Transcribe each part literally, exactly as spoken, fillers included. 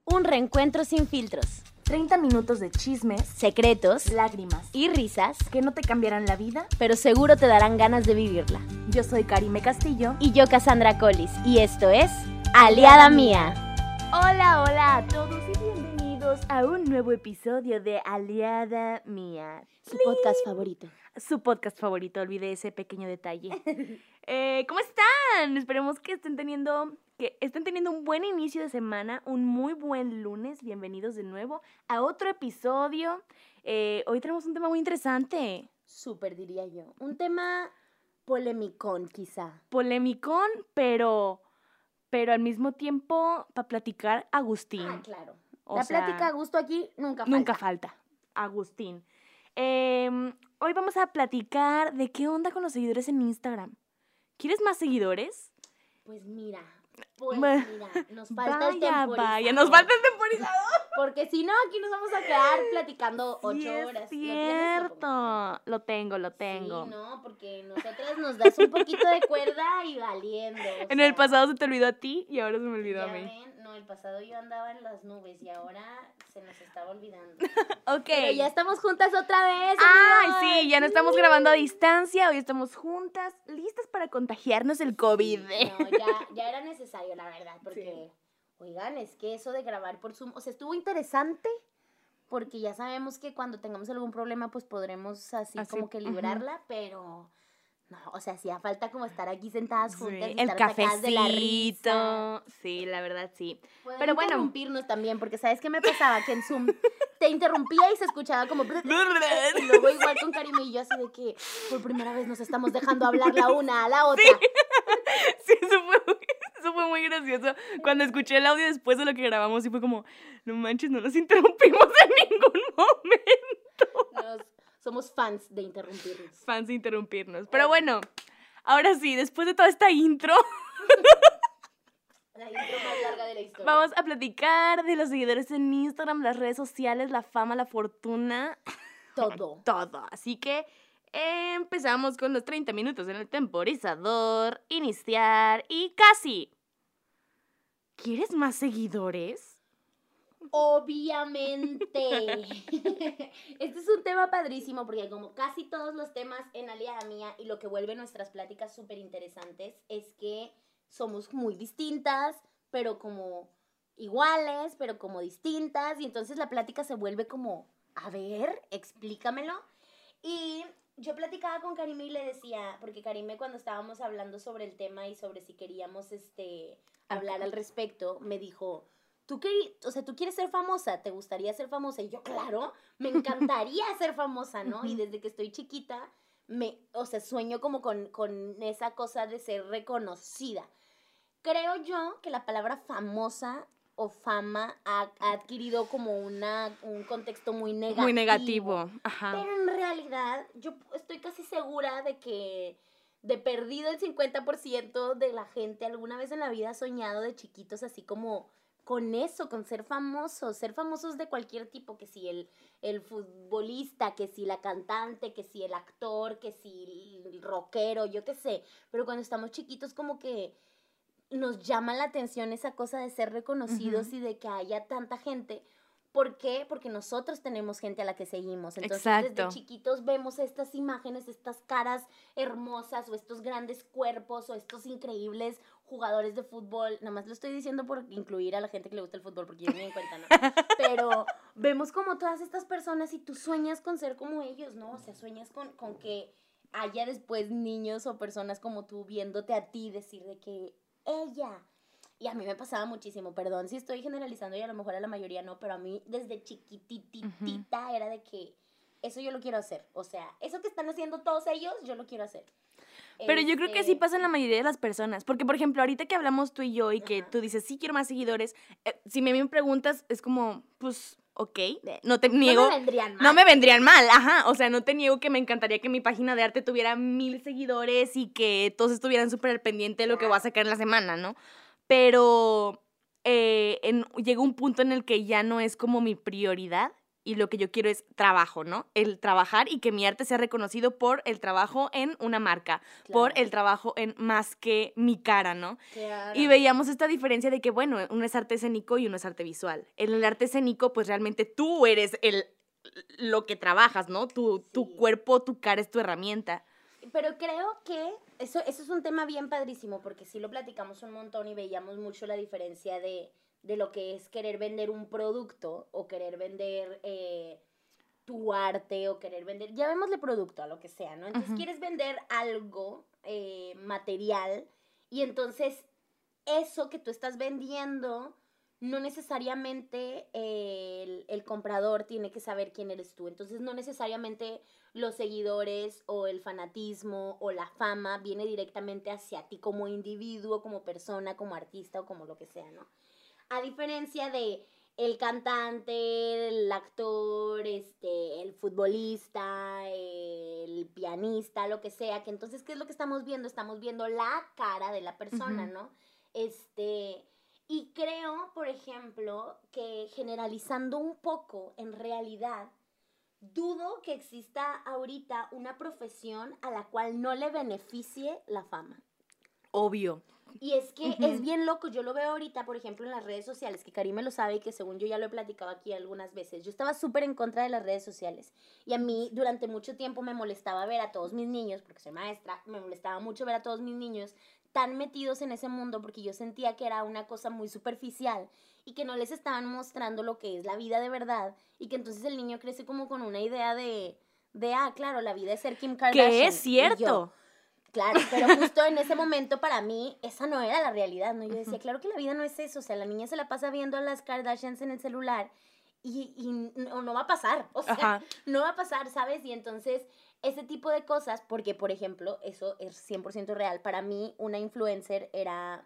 Un reencuentro sin filtros, treinta minutos de chismes, secretos lágrimas y risas que no te cambiarán la vida, pero seguro te darán ganas de vivirla. Yo soy Karime Castillo. Y yo, Cassandra Collis, y esto es Aliada Mía. Hola, hola a todos y bienvenidos a un nuevo episodio de Aliada Mía. Su podcast favorito. Su podcast favorito, olvidé ese pequeño detalle. eh, ¿Cómo están? Esperemos que estén teniendo... que estén teniendo un buen inicio de semana, un muy buen lunes. Bienvenidos de nuevo a otro episodio. Eh, hoy tenemos un tema muy interesante. Súper, diría yo. Un tema polemicón, quizá. Polemicón, pero, pero al mismo tiempo para platicar Agustín. Ah, claro. O La sea, plática a gusto aquí nunca falta. Nunca falta. Agustín. Eh, hoy vamos a platicar de qué onda con los seguidores en Instagram. ¿Quieres más seguidores? Pues mira... Pues Bueno, mira, nos falta el Vaya, temporizador. vaya, nos falta el temporizador. Porque si no, aquí nos vamos a quedar platicando ocho Sí, es horas. ¿Lo tienes? cierto. Lo tengo, lo tengo. Sí, no, porque nosotras nos das un poquito de cuerda y valiendo. o En sea, el pasado se te olvidó a ti y ahora se me olvidó ya a mí. ven, no, el pasado yo andaba en las nubes y ahora se nos estaba olvidando. Ok. Pero ya estamos juntas otra vez. Ay, amigos. sí, ya no estamos grabando a distancia, hoy estamos juntas, listas para contagiarnos el COVID. No, ya, ya era necesario, la verdad, porque, oigan, es que eso de grabar por Zoom, o sea, estuvo interesante, porque ya sabemos que cuando tengamos algún problema, pues podremos así, Así, como que librarla, uh-huh. pero, no, o sea, hacía falta como estar aquí sentadas juntas, Sí, y el estar atacadas de la cafecito, risa. sí, la verdad, sí. Pueden Pero bueno. interrumpirnos también, porque ¿sabes qué me pasaba? Que en Zoom te interrumpía y se escuchaba como... y luego igual con Karime y yo así de que por primera vez nos estamos dejando hablar la una a la otra. Sí, sí eso, fue muy, eso fue muy gracioso. Cuando escuché el audio después de lo que grabamos y fue como, no manches, no nos interrumpimos en ningún momento. Nos, somos fans de interrumpirnos. Fans de interrumpirnos. Pero bueno, ahora sí, después de toda esta intro... La intro más larga de la historia. Vamos a platicar de los seguidores en Instagram, las redes sociales, la fama, la fortuna. Todo. Todo. Así que eh, empezamos con los treinta minutos en el temporizador. Iniciar y casi. ¿Quieres más seguidores? Obviamente. Este es un tema padrísimo porque como casi todos los temas en Aliada Mía y lo que vuelve nuestras pláticas súper interesantes es que somos muy distintas, pero como iguales, pero como distintas. Y entonces la plática se vuelve como, a ver, explícamelo. Y yo platicaba con Karime y le decía, porque Karime cuando estábamos hablando sobre el tema y sobre si queríamos este, hablar al respecto, me dijo, ¿tú, querí, o sea, ¿tú quieres ser famosa? ¿Te gustaría ser famosa? Y yo, claro, me encantaría ser famosa, ¿no? Y desde que estoy chiquita, me, o sea, sueño como con, con esa cosa de ser reconocida. Creo yo que la palabra famosa o fama ha, ha adquirido como una, un contexto muy negativo. Muy negativo, ajá. Pero en realidad yo estoy casi segura de que de perdido el cincuenta por ciento de la gente alguna vez en la vida ha soñado de chiquitos así como con eso, con ser famosos, ser famosos de cualquier tipo, que si el, el futbolista, que si la cantante, que si el actor, que si el rockero, yo qué sé. Pero cuando estamos chiquitos como que nos llama la atención esa cosa de ser reconocidos uh-huh. y de que haya tanta gente. ¿Por qué? Porque nosotros tenemos gente a la que seguimos. Entonces, Exacto. desde chiquitos vemos estas imágenes, estas caras hermosas o estos grandes cuerpos o estos increíbles jugadores de fútbol. Nada más lo estoy diciendo por incluir a la gente que le gusta el fútbol, porque yo ni en cuenta, ¿no? Pero vemos como todas estas personas y tú sueñas con ser como ellos, ¿no? O sea, sueñas con, con que haya después niños o personas como tú viéndote a ti decir de que ella... Y a mí me pasaba muchísimo, perdón si estoy generalizando y a lo mejor a la mayoría no, pero a mí desde chiquititita uh-huh. era de que eso yo lo quiero hacer. O sea, eso que están haciendo todos ellos, yo lo quiero hacer. Pero este... yo creo que sí pasa en la mayoría de las personas. Porque, por ejemplo, ahorita que hablamos tú y yo y que uh-huh. tú dices, sí quiero más seguidores, eh, si me, me preguntas, es como, pues, ok, no te niego. No me vendrían mal. No me vendrían mal, ajá. O sea, no te niego que me encantaría que mi página de arte tuviera mil seguidores y que todos estuvieran súper al pendiente de lo que voy a sacar en la semana, ¿no? Pero eh, en, llega un punto en el que ya no es como mi prioridad y lo que yo quiero es trabajo, ¿no? El trabajar y que mi arte sea reconocido por el trabajo en una marca, claro. por el trabajo en más que mi cara, ¿no? Claro. Y veíamos esta diferencia de que, bueno, uno es arte escénico y uno es arte visual. En el arte escénico, pues realmente tú eres el, lo que trabajas, ¿no? Tu, sí. tu cuerpo, tu cara es tu herramienta. Pero creo que eso, eso es un tema bien padrísimo, porque sí lo platicamos un montón y veíamos mucho la diferencia de, de lo que es querer vender un producto o querer vender eh, tu arte o querer vender, llamémosle producto a lo que sea, ¿no? Entonces uh-huh. quieres vender algo eh, material y entonces eso que tú estás vendiendo no necesariamente eh, el, el comprador tiene que saber quién eres tú. Entonces no necesariamente los seguidores o el fanatismo o la fama viene directamente hacia ti como individuo, como persona, como artista o como lo que sea, ¿no? A diferencia de el cantante, el actor, este, el futbolista, el pianista, lo que sea, que entonces, ¿qué es lo que estamos viendo? Estamos viendo la cara de la persona, uh-huh. ¿no? Este... Y creo, por ejemplo, que generalizando un poco, en realidad, dudo que exista ahorita una profesión a la cual no le beneficie la fama. Obvio. Y es que uh-huh. es bien loco, yo lo veo ahorita, por ejemplo, en las redes sociales, que Karime lo sabe y que según yo ya lo he platicado aquí algunas veces. Yo estaba súper en contra de las redes sociales y a mí durante mucho tiempo me molestaba ver a todos mis niños, porque soy maestra, me molestaba mucho ver a todos mis niños tan metidos en ese mundo porque yo sentía que era una cosa muy superficial y que no les estaban mostrando lo que es la vida de verdad y que entonces el niño crece como con una idea de, de ah, claro, la vida es ser Kim Kardashian. Que es cierto. Yo, claro, pero justo en ese momento para mí esa no era la realidad, ¿no? Yo decía, uh-huh. claro que la vida no es eso, o sea, la niña se la pasa viendo a las Kardashians en el celular y, y no, no va a pasar, o sea, uh-huh. no va a pasar, ¿sabes? Y entonces ese tipo de cosas, porque, por ejemplo, eso es cien por ciento real. Para mí, una influencer era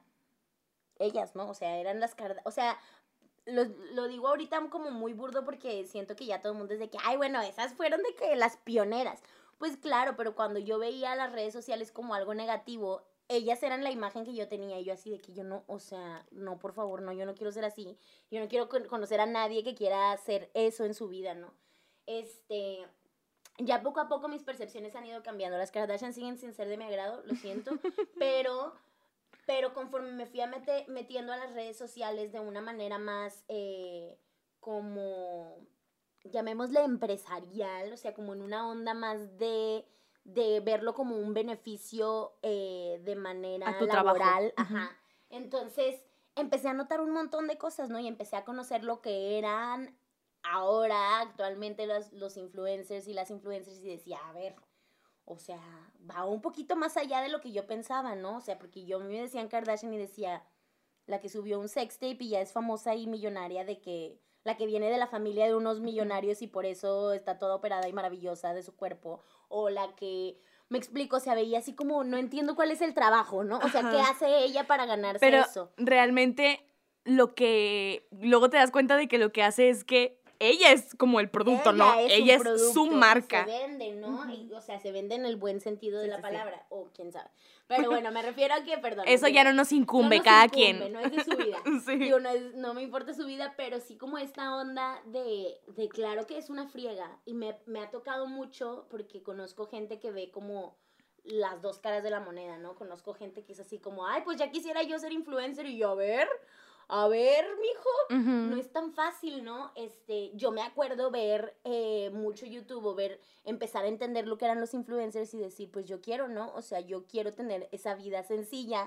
ellas, ¿no? O sea, eran las Kardashian. O sea, lo, lo digo ahorita como muy burdo porque siento que ya todo el mundo es de que, ay, bueno, esas fueron de que las pioneras. Pues claro, pero cuando yo veía las redes sociales como algo negativo, ellas eran la imagen que yo tenía y yo así de que yo no, o sea, no, por favor, no, yo no quiero ser así. Yo no quiero con- conocer a nadie que quiera hacer eso en su vida, ¿no? Este... Ya poco a poco mis percepciones han ido cambiando. Las Kardashian siguen sin ser de mi agrado, lo siento, pero, pero conforme me fui a mete, metiendo a las redes sociales de una manera más eh, como, llamémosle empresarial, o sea, como en una onda más de, de verlo como un beneficio eh, de manera a tu laboral. trabajo. Ajá. Uh-huh. Entonces empecé a notar un montón de cosas, ¿no? Y empecé a conocer lo que eran ahora, actualmente, los, los influencers y las influencers y decía, a ver, o sea, va un poquito más allá de lo que yo pensaba, ¿no? O sea, porque yo me decían Kardashian y decía, la que subió un sextape y ya es famosa y millonaria de que, la que viene de la familia de unos millonarios y por eso está toda operada y maravillosa de su cuerpo, o la que... Me explico, o sea, veía así como, no entiendo cuál es el trabajo, ¿no? O sea, ¿qué hace ella para ganarse Pero eso? Pero realmente lo que... Luego te das cuenta de que lo que hace es que ella es como el producto, ella ¿no? Es ella es producto, su marca. Se vende, ¿no? Uh-huh. Y, o sea, se vende en el buen sentido de sí, la sí, palabra. Sí. O quién sabe. Pero bueno, me refiero a que, perdón. Eso ya no nos incumbe, no nos cada incumbe, quien. No es de su vida. Sí. Digo, no, es, no me importa su vida, pero sí como esta onda de, de claro que es una friega. Y me, me ha tocado mucho porque conozco gente que ve como las dos caras de la moneda, ¿no? Conozco gente que es así como, ay, pues ya quisiera yo ser influencer y yo, a ver... A ver, mijo, uh-huh. no es tan fácil, ¿no? Este, yo me acuerdo ver eh, mucho YouTube o ver, empezar a entender lo que eran los influencers y decir, pues yo quiero, ¿no? O sea, yo quiero tener esa vida sencilla,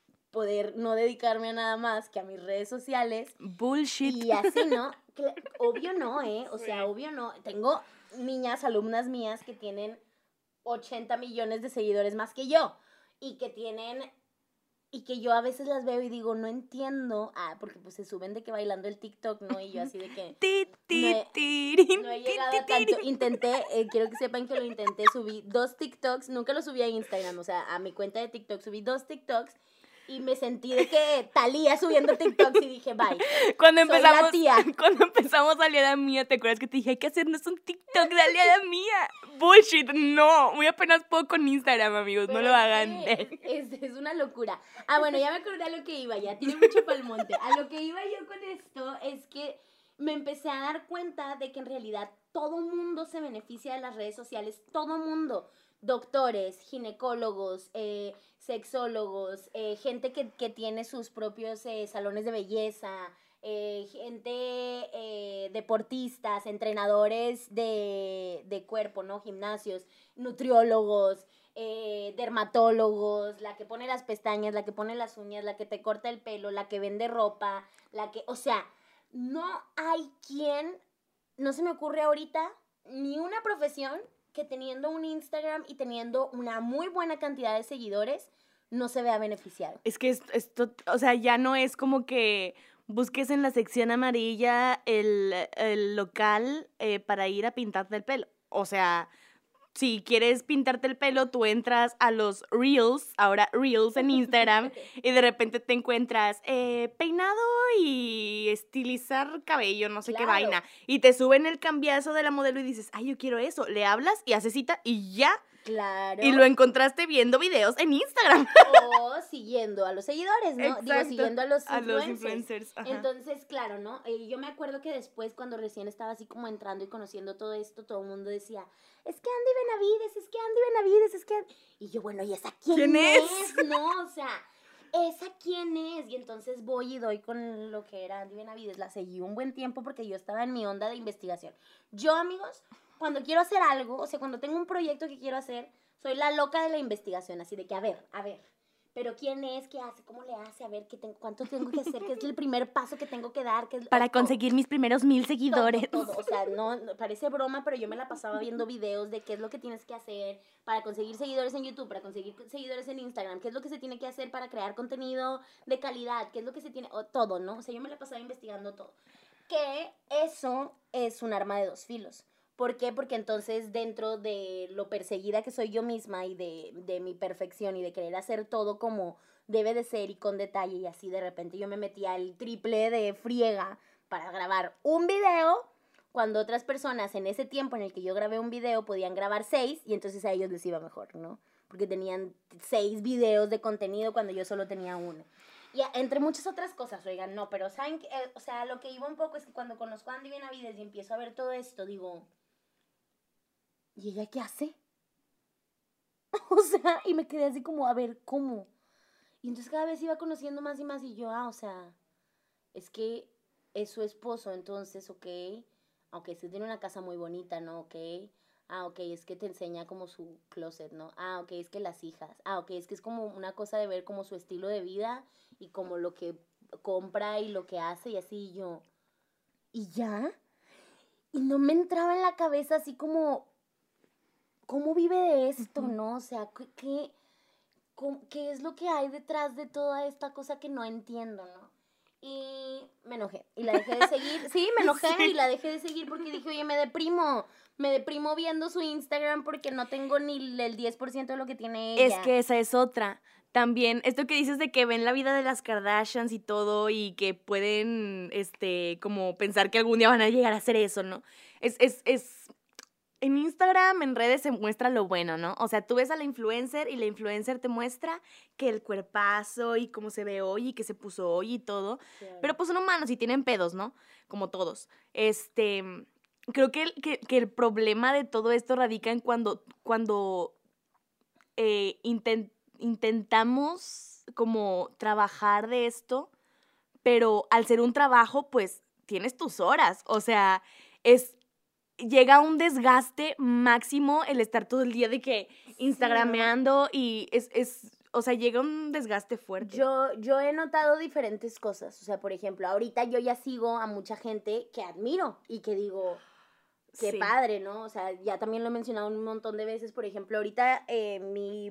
poder no dedicarme a nada más que a mis redes sociales. Bullshit. Y así, ¿no? Obvio no, ¿eh? O sea, sí. obvio no. Tengo niñas, alumnas mías que tienen ochenta millones de seguidores más que yo y que tienen... Y que yo a veces las veo y digo, no entiendo. Ah, porque pues se suben de que bailando el TikTok, ¿no? Y yo así de que... No he, no he llegado a tanto. Intenté, eh, quiero que sepan que lo intenté. Subí dos TikToks. Nunca lo subí a Instagram. O sea, a mi cuenta de TikTok subí dos TikToks. Y me sentí de que Talía subiendo TikToks y dije, bye. Cuando empezamos, soy la tía. Cuando empezamos Aliada Mía, ¿te acuerdas que te dije, hay que hacernos un TikTok de Aliada Mía? Bullshit, no. Muy apenas puedo con Instagram, amigos. Pero no lo hagan. Es, es, es una locura. Ah, bueno, ya me acordé a lo que iba. Ya tiene mucho palmonte. A lo que iba yo con esto es que me empecé a dar cuenta de que en realidad todo mundo se beneficia de las redes sociales, todo mundo. Doctores, ginecólogos, eh, sexólogos, eh, gente que, que tiene sus propios eh, salones de belleza, eh, gente, eh, deportistas, entrenadores de, de cuerpo, ¿no? Gimnasios, nutriólogos, eh, dermatólogos, la que pone las pestañas, la que pone las uñas, la que te corta el pelo, la que vende ropa, la que, o sea, no hay quien, no se me ocurre ahorita, ni una profesión que teniendo un Instagram y teniendo una muy buena cantidad de seguidores, no se vea beneficiado. Es que esto, esto o sea, ya no es como que busques en la sección amarilla el, el local eh, para ir a pintarte el pelo. O sea, si quieres pintarte el pelo, tú entras a los Reels, ahora Reels en Instagram, y de repente te encuentras eh, peinado y estilizar cabello, no sé Claro. qué vaina. Y te suben el cambiazo de la modelo y dices, ay, yo quiero eso. Le hablas y haces cita y ya. Claro. Y lo encontraste viendo videos en Instagram. O siguiendo a los seguidores, ¿no? Exacto. Digo, siguiendo a los A influencers. los influencers, ajá. Entonces, claro, ¿no? Eh, yo me acuerdo que después, cuando recién estaba así como entrando y conociendo todo esto, todo el mundo decía, es que Andy Benavides, es que Andy Benavides, es que... Y yo, bueno, ¿y esa quién, ¿Quién es? es? No, o sea, ¿esa quién es? Y entonces voy y doy con lo que era Andy Benavides. La seguí un buen tiempo porque yo estaba en mi onda de investigación. Yo, amigos, cuando quiero hacer algo, o sea, cuando tengo un proyecto que quiero hacer, soy la loca de la investigación, así de que, a ver, a ver, pero ¿quién es? ¿Qué hace? ¿Cómo le hace? A ver, ¿qué tengo, ¿cuánto tengo que hacer? ¿Qué es el primer paso que tengo que dar? ¿Qué es, Para o todo, conseguir mis primeros mil seguidores. Todo, todo. O sea, no, no, parece broma, pero yo me la pasaba viendo videos de qué es lo que tienes que hacer para conseguir seguidores en YouTube, para conseguir seguidores en Instagram, qué es lo que se tiene que hacer para crear contenido de calidad, qué es lo que se tiene, o todo, ¿no? O sea, yo me la pasaba investigando todo. Que eso es un arma de dos filos. ¿Por qué? Porque entonces dentro de lo perseguida que soy yo misma y de, de mi perfección y de querer hacer todo como debe de ser y con detalle y así de repente yo me metía al triple de friega para grabar un video cuando otras personas en ese tiempo en el que yo grabé un video podían grabar seis y entonces a ellos les iba mejor, ¿no? Porque tenían seis videos de contenido cuando yo solo tenía uno. Y entre muchas otras cosas, oigan, no, pero ¿saben qué? O sea, lo que iba un poco es que cuando conozco a Andy Benavides y empiezo a ver todo esto, digo, ¿y ella qué hace? O sea, y me quedé así como, a ver, ¿cómo? Y entonces cada vez iba conociendo más y más y yo, ah, o sea, es que es su esposo, entonces, ok, aunque sí tiene una casa muy bonita, ¿no? Ok, ah, ok, es que te enseña como su closet, ¿no? Ah, ok, es que las hijas, ah, ok, es que es como una cosa de ver como su estilo de vida y como lo que compra y lo que hace y así, y yo, ¿y ya? Y no me entraba en la cabeza así como, ¿cómo vive de esto, Ujú. no? O sea, ¿qué, qué, cómo- qué es lo que hay detrás de toda esta cosa que no entiendo, ¿no? Y me enojé y la dejé de seguir. Sí, me enojé Sí. y la dejé de seguir porque dije, oye, me deprimo. Me deprimo viendo su Instagram porque no tengo ni el diez por ciento de lo que tiene ella. Es que esa es otra. También, esto que dices de que ven la vida de las Kardashians y todo y que pueden, este, como pensar que algún día van a llegar a hacer eso, ¿no? Es, es, es, en Instagram, en redes se muestra lo bueno, ¿no? O sea, tú ves a la influencer y la influencer te muestra que el cuerpazo y cómo se ve hoy y que se puso hoy y todo. Claro. Pero pues son humanos y tienen pedos, ¿no? Como todos. Este, creo que el, que, que el problema de todo esto radica en cuando, cuando eh, intent, intentamos como trabajar de esto, pero al ser un trabajo, pues tienes tus horas. O sea, es llega un desgaste máximo el estar todo el día de que instagrameando y es, es, o sea, llega un desgaste fuerte. Yo, yo he notado diferentes cosas. O sea, por ejemplo, ahorita yo ya sigo a mucha gente que admiro y que digo, qué Sí. padre, ¿no? O sea, ya también lo he mencionado un montón de veces. Por ejemplo, ahorita eh, mi,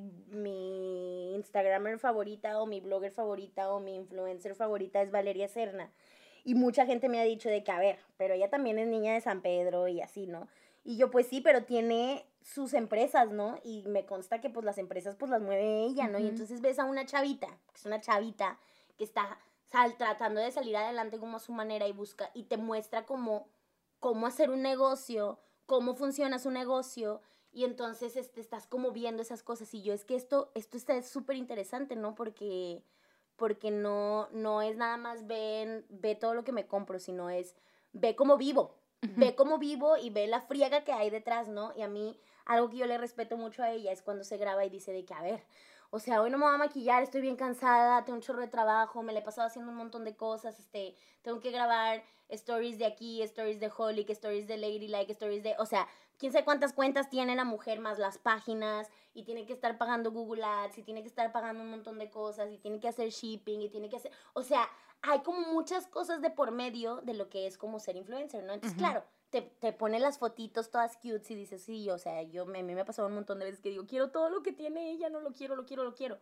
mi Instagramer favorita o mi blogger favorita o mi influencer favorita es Valeria Serna. Y mucha gente me ha dicho de que, a ver, pero ella también es niña de San Pedro y así, ¿no? Y yo, pues sí, pero tiene sus empresas, ¿no? Y me consta que, pues, las empresas, pues, las mueve ella, ¿no? Ujú. Y entonces ves a una chavita, que es una chavita, que está sal, tratando de salir adelante como a su manera y busca, y te muestra como cómo hacer un negocio, cómo funciona su negocio, y entonces este, estás como viendo esas cosas. Y yo, es que esto, esto está súper interesante, ¿no? Porque, porque no, no es nada más ven, ve todo lo que me compro, sino es ve cómo vivo, uh-huh. ve cómo vivo y ve la friega que hay detrás, ¿no? Y a mí, algo que yo le respeto mucho a ella es cuando se graba y dice de que, a ver, o sea, hoy no me voy a maquillar, estoy bien cansada, tengo un chorro de trabajo, me la he pasado haciendo un montón de cosas, este, tengo que grabar stories de aquí, stories de Holic, stories de Ladylike, stories de, o sea, quién sabe cuántas cuentas tiene la mujer más las páginas, y tiene que estar pagando Google Ads, y tiene que estar pagando un montón de cosas, y tiene que hacer shipping, y tiene que hacer, o sea, hay como muchas cosas de por medio de lo que es como ser influencer, ¿no? Entonces, uh-huh. claro, te, te pone las fotitos todas cute y dices, sí, o sea, yo, a mí me ha pasado un montón de veces que digo, quiero todo lo que tiene ella, no lo quiero, lo quiero, lo quiero.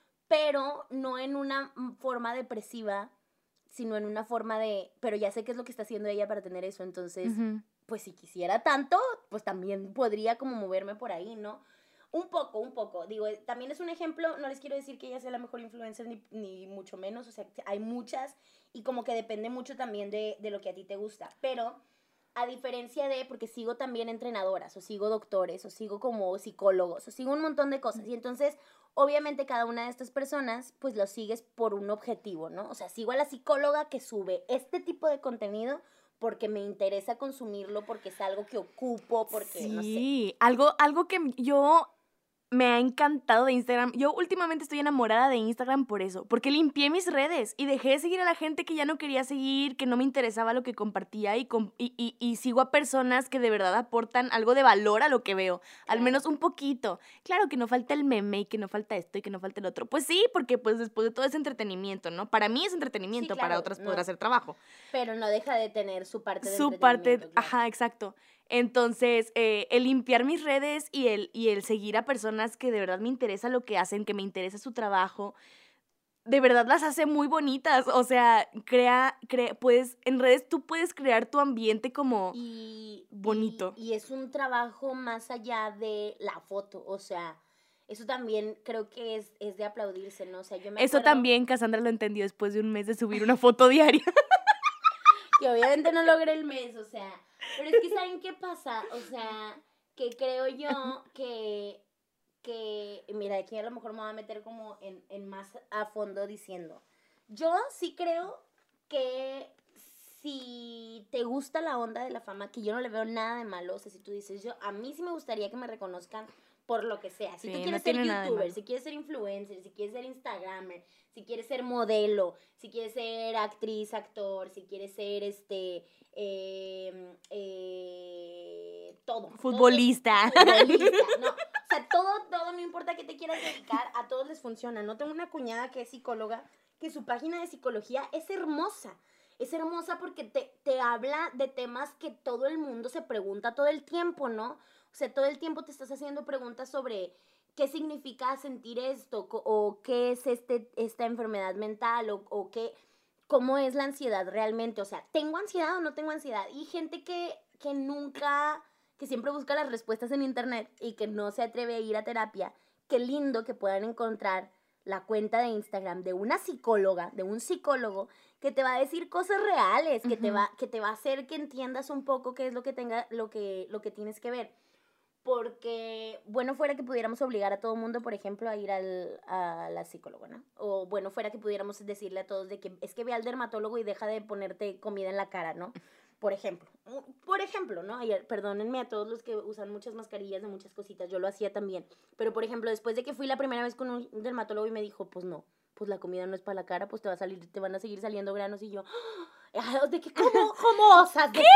Pero no en una forma depresiva, sino en una forma de, pero ya sé qué es lo que está haciendo ella para tener eso, entonces, uh-huh. pues si quisiera tanto, pues también podría como moverme por ahí, ¿no? Un poco, un poco. Digo, también es un ejemplo, no les quiero decir que ella sea la mejor influencer, ni, ni mucho menos, o sea, hay muchas, y como que depende mucho también de, de lo que a ti te gusta, pero a diferencia de, porque sigo también entrenadoras, o sigo doctores, o sigo como psicólogos, o sigo un montón de cosas, y entonces, obviamente cada una de estas personas, pues lo sigues por un objetivo, ¿no? O sea, sigo a la psicóloga que sube este tipo de contenido porque me interesa consumirlo, porque es algo que ocupo, porque, sí, no sé. Sí, algo, algo que yo me ha encantado de Instagram. Yo últimamente estoy enamorada de Instagram por eso, porque limpié mis redes y dejé de seguir a la gente que ya no quería seguir, que no me interesaba lo que compartía y, com- y, y, y sigo a personas que de verdad aportan algo de valor a lo que veo, claro. Al menos un poquito. Claro que no falta el meme y que no falta esto y que no falta el otro. Pues sí, porque pues después de todo es entretenimiento, ¿no? Para mí es entretenimiento, sí, claro, para otras no. podrá ser trabajo. Pero no deja de tener su parte de su entretenimiento. Parte, claro. Ajá, exacto. Entonces, eh, el limpiar mis redes y el, y el seguir a personas que de verdad me interesa lo que hacen, que me interesa su trabajo, de verdad las hace muy bonitas. O sea, crea, crea puedes, en redes tú puedes crear tu ambiente como y, bonito. Y, y es un trabajo más allá de la foto, o sea, eso también creo que es, es de aplaudirse, ¿no? O sea, yo me Eso acuerdo... también Cassandra lo entendió después de un mes de subir una foto diaria. Que obviamente no logré el mes, o sea, pero es que ¿saben qué pasa? O sea, que creo yo que, que mira, aquí a lo mejor me voy a meter como en, en más a fondo diciendo, yo sí creo que si te gusta la onda de la fama, que yo no le veo nada de malo, o sea, si tú dices, yo, a mí sí me gustaría que me reconozcan por lo que sea. Si sí, tú quieres no ser youtuber, si quieres ser influencer, si quieres ser instagramer, si quieres ser modelo, si quieres ser actriz, actor, si quieres ser este eh, eh, todo. Futbolista. Todo, futbolista, no. O sea, todo, todo, no importa qué te quieras dedicar, a todos les funciona. No tengo una cuñada que es psicóloga, que su página de psicología es hermosa. Es hermosa porque te, te habla de temas que todo el mundo se pregunta todo el tiempo, ¿no? O sea, todo el tiempo te estás haciendo preguntas sobre qué significa sentir esto, o qué es este, esta enfermedad mental, o, o qué, cómo es la ansiedad realmente. O sea, ¿tengo ansiedad o no tengo ansiedad? Y gente que, que nunca, que siempre busca las respuestas en internet y que no se atreve a ir a terapia. Qué lindo que puedan encontrar la cuenta de Instagram de una psicóloga, de un psicólogo, que te va a decir cosas reales, que, uh-huh. te va, que te va a hacer que entiendas un poco qué es lo que, tenga, lo que, lo que tienes que ver. Porque bueno fuera que pudiéramos obligar a todo el mundo, por ejemplo, a ir al, a la psicóloga, ¿no? O bueno fuera que pudiéramos decirle a todos de que es que ve al dermatólogo y deja de ponerte comida en la cara, ¿no? Por ejemplo. Por ejemplo, ¿no? Y perdónenme a todos los que usan muchas mascarillas de muchas cositas, yo lo hacía también. Pero, por ejemplo, después de que fui la primera vez con un dermatólogo y me dijo, pues no, pues la comida no es para la cara, pues te va a salir, te van a seguir saliendo granos. Y yo, ¿de qué? ¿Cómo, cómo osas decirme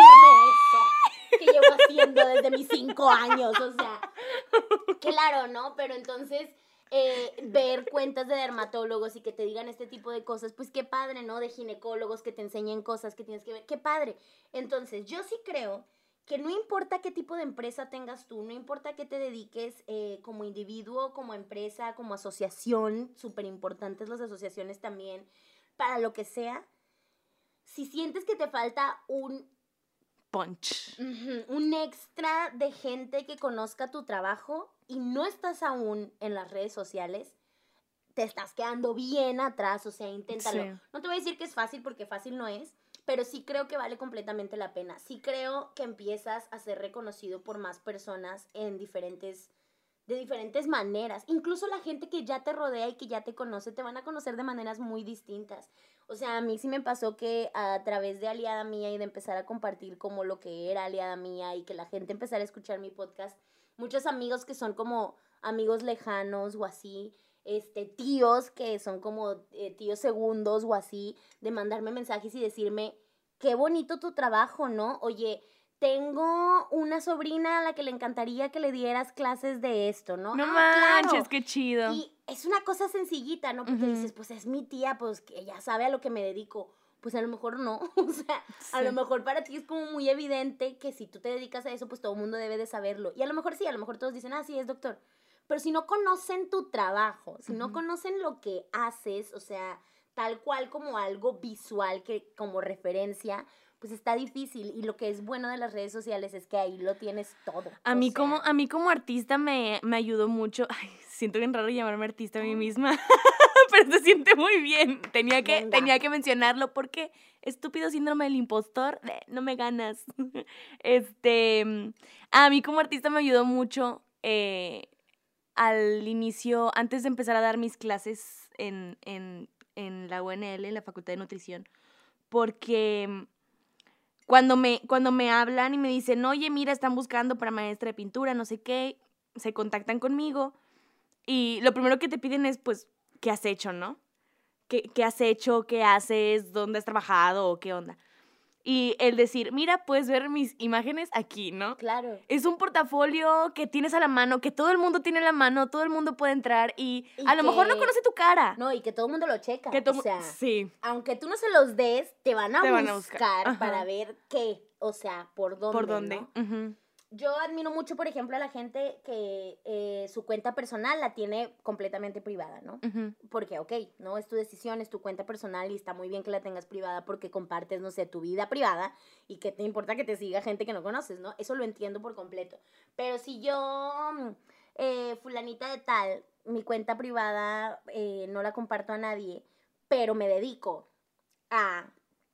eso? Que llevo haciendo desde mis cinco años, o sea, claro, ¿no? Pero entonces, eh, ver cuentas de dermatólogos y que te digan este tipo de cosas, pues qué padre, ¿no? De ginecólogos que te enseñen cosas que tienes que ver, qué padre. Entonces, yo sí creo que no importa qué tipo de empresa tengas tú, no importa qué te dediques eh, como individuo, como empresa, como asociación, súper importantes las asociaciones también, para lo que sea, si sientes que te falta un punch, uh-huh, un extra de gente que conozca tu trabajo y no estás aún en las redes sociales, te estás quedando bien atrás, o sea, inténtalo. Sí. No te voy a decir que es fácil porque fácil no es, pero sí creo que vale completamente la pena. Sí creo que empiezas a ser reconocido por más personas en diferentes, de diferentes maneras. Incluso la gente que ya te rodea y que ya te conoce, te van a conocer de maneras muy distintas. O sea, a mí sí me pasó que a través de Aliada Mía y de empezar a compartir como lo que era Aliada Mía y que la gente empezara a escuchar mi podcast, muchos amigos que son como amigos lejanos o así, este, tíos que son como eh, tíos segundos o así, de mandarme mensajes y decirme, qué bonito tu trabajo, ¿no? Oye, tengo una sobrina a la que le encantaría que le dieras clases de esto, ¿no? No ah, manches, claro. qué chido. Y es una cosa sencillita, ¿no? Porque Ujú. dices, pues es mi tía, pues que ella sabe a lo que me dedico. Pues a lo mejor no, o sea, a Sí. lo mejor para ti es como muy evidente que si tú te dedicas a eso, pues todo el mundo debe de saberlo. Y a lo mejor sí, a lo mejor todos dicen, ah, sí, es doctor. Pero si no conocen tu trabajo, si no Ujú. conocen lo que haces, o sea, tal cual como algo visual que como referencia, pues está difícil. Y lo que es bueno de las redes sociales es que ahí lo tienes todo. A o mí, sea, como, a mí como artista me, me ayudó mucho. Ay, siento bien raro llamarme artista a mí Oh. misma, pero se siente muy bien. Tenía que, Venga. tenía que mencionarlo porque estúpido síndrome del impostor, eh, no me ganas. Este, a mí como artista me ayudó mucho eh, al inicio, antes de empezar a dar mis clases en, en, en la U N L, en la Facultad de Nutrición, porque cuando me, cuando me hablan y me dicen, oye, mira, están buscando para maestra de pintura, no sé qué, se contactan conmigo y lo primero que te piden es, pues, ¿qué has hecho, no? ¿Qué, qué has hecho? ¿Qué haces? ¿Dónde has trabajado? ¿O qué onda? Y el decir, mira, puedes ver mis imágenes aquí, ¿no? Claro. Es un portafolio que tienes a la mano, que todo el mundo tiene a la mano, todo el mundo puede entrar y, Y a lo mejor no que- conoce tu cara. No, y que todo el mundo lo checa. Que todo o mu- sea, sí, aunque tú no se los des, te van a Te buscar, van a buscar. Ajá. para ver qué, o sea, por dónde, ¿por dónde? ¿no? Ujú. Yo admiro mucho, por ejemplo, a la gente que eh, su cuenta personal la tiene completamente privada, ¿no? Ujú. Porque, ok, ¿no? Es tu decisión, es tu cuenta personal y está muy bien que la tengas privada porque compartes, no sé, tu vida privada y que te importa que te siga gente que no conoces, ¿no? Eso lo entiendo por completo. Pero si yo, mm, eh, fulanita de tal, mi cuenta privada eh, no la comparto a nadie, pero me dedico a...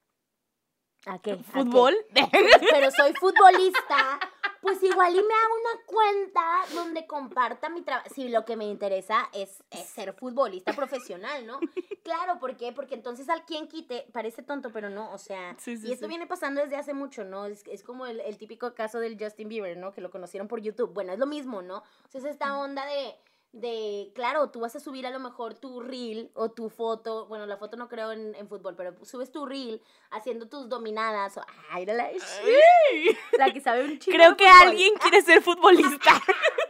¿A qué? ¿A qué? ¿Fútbol? Pero soy futbolista, pues igual y me hago una cuenta donde comparta mi trabajo. Si lo que me interesa es, es ser futbolista profesional, ¿no? Claro, ¿por qué? Porque entonces al quien quite, parece tonto, pero no, o sea, Sí, sí, y esto sí. viene pasando desde hace mucho, ¿no? Es, es como el, el típico caso del Justin Bieber, ¿no? Que lo conocieron por YouTube. Bueno, es lo mismo, ¿no? O sea, es esta onda de... de, claro, tú vas a subir a lo mejor tu reel o tu foto, bueno, la foto no creo en, en fútbol, pero subes tu reel haciendo tus dominadas, o, ay, la, Ay. la que sabe un chingo Creo de que fútbol. alguien quiere ser futbolista.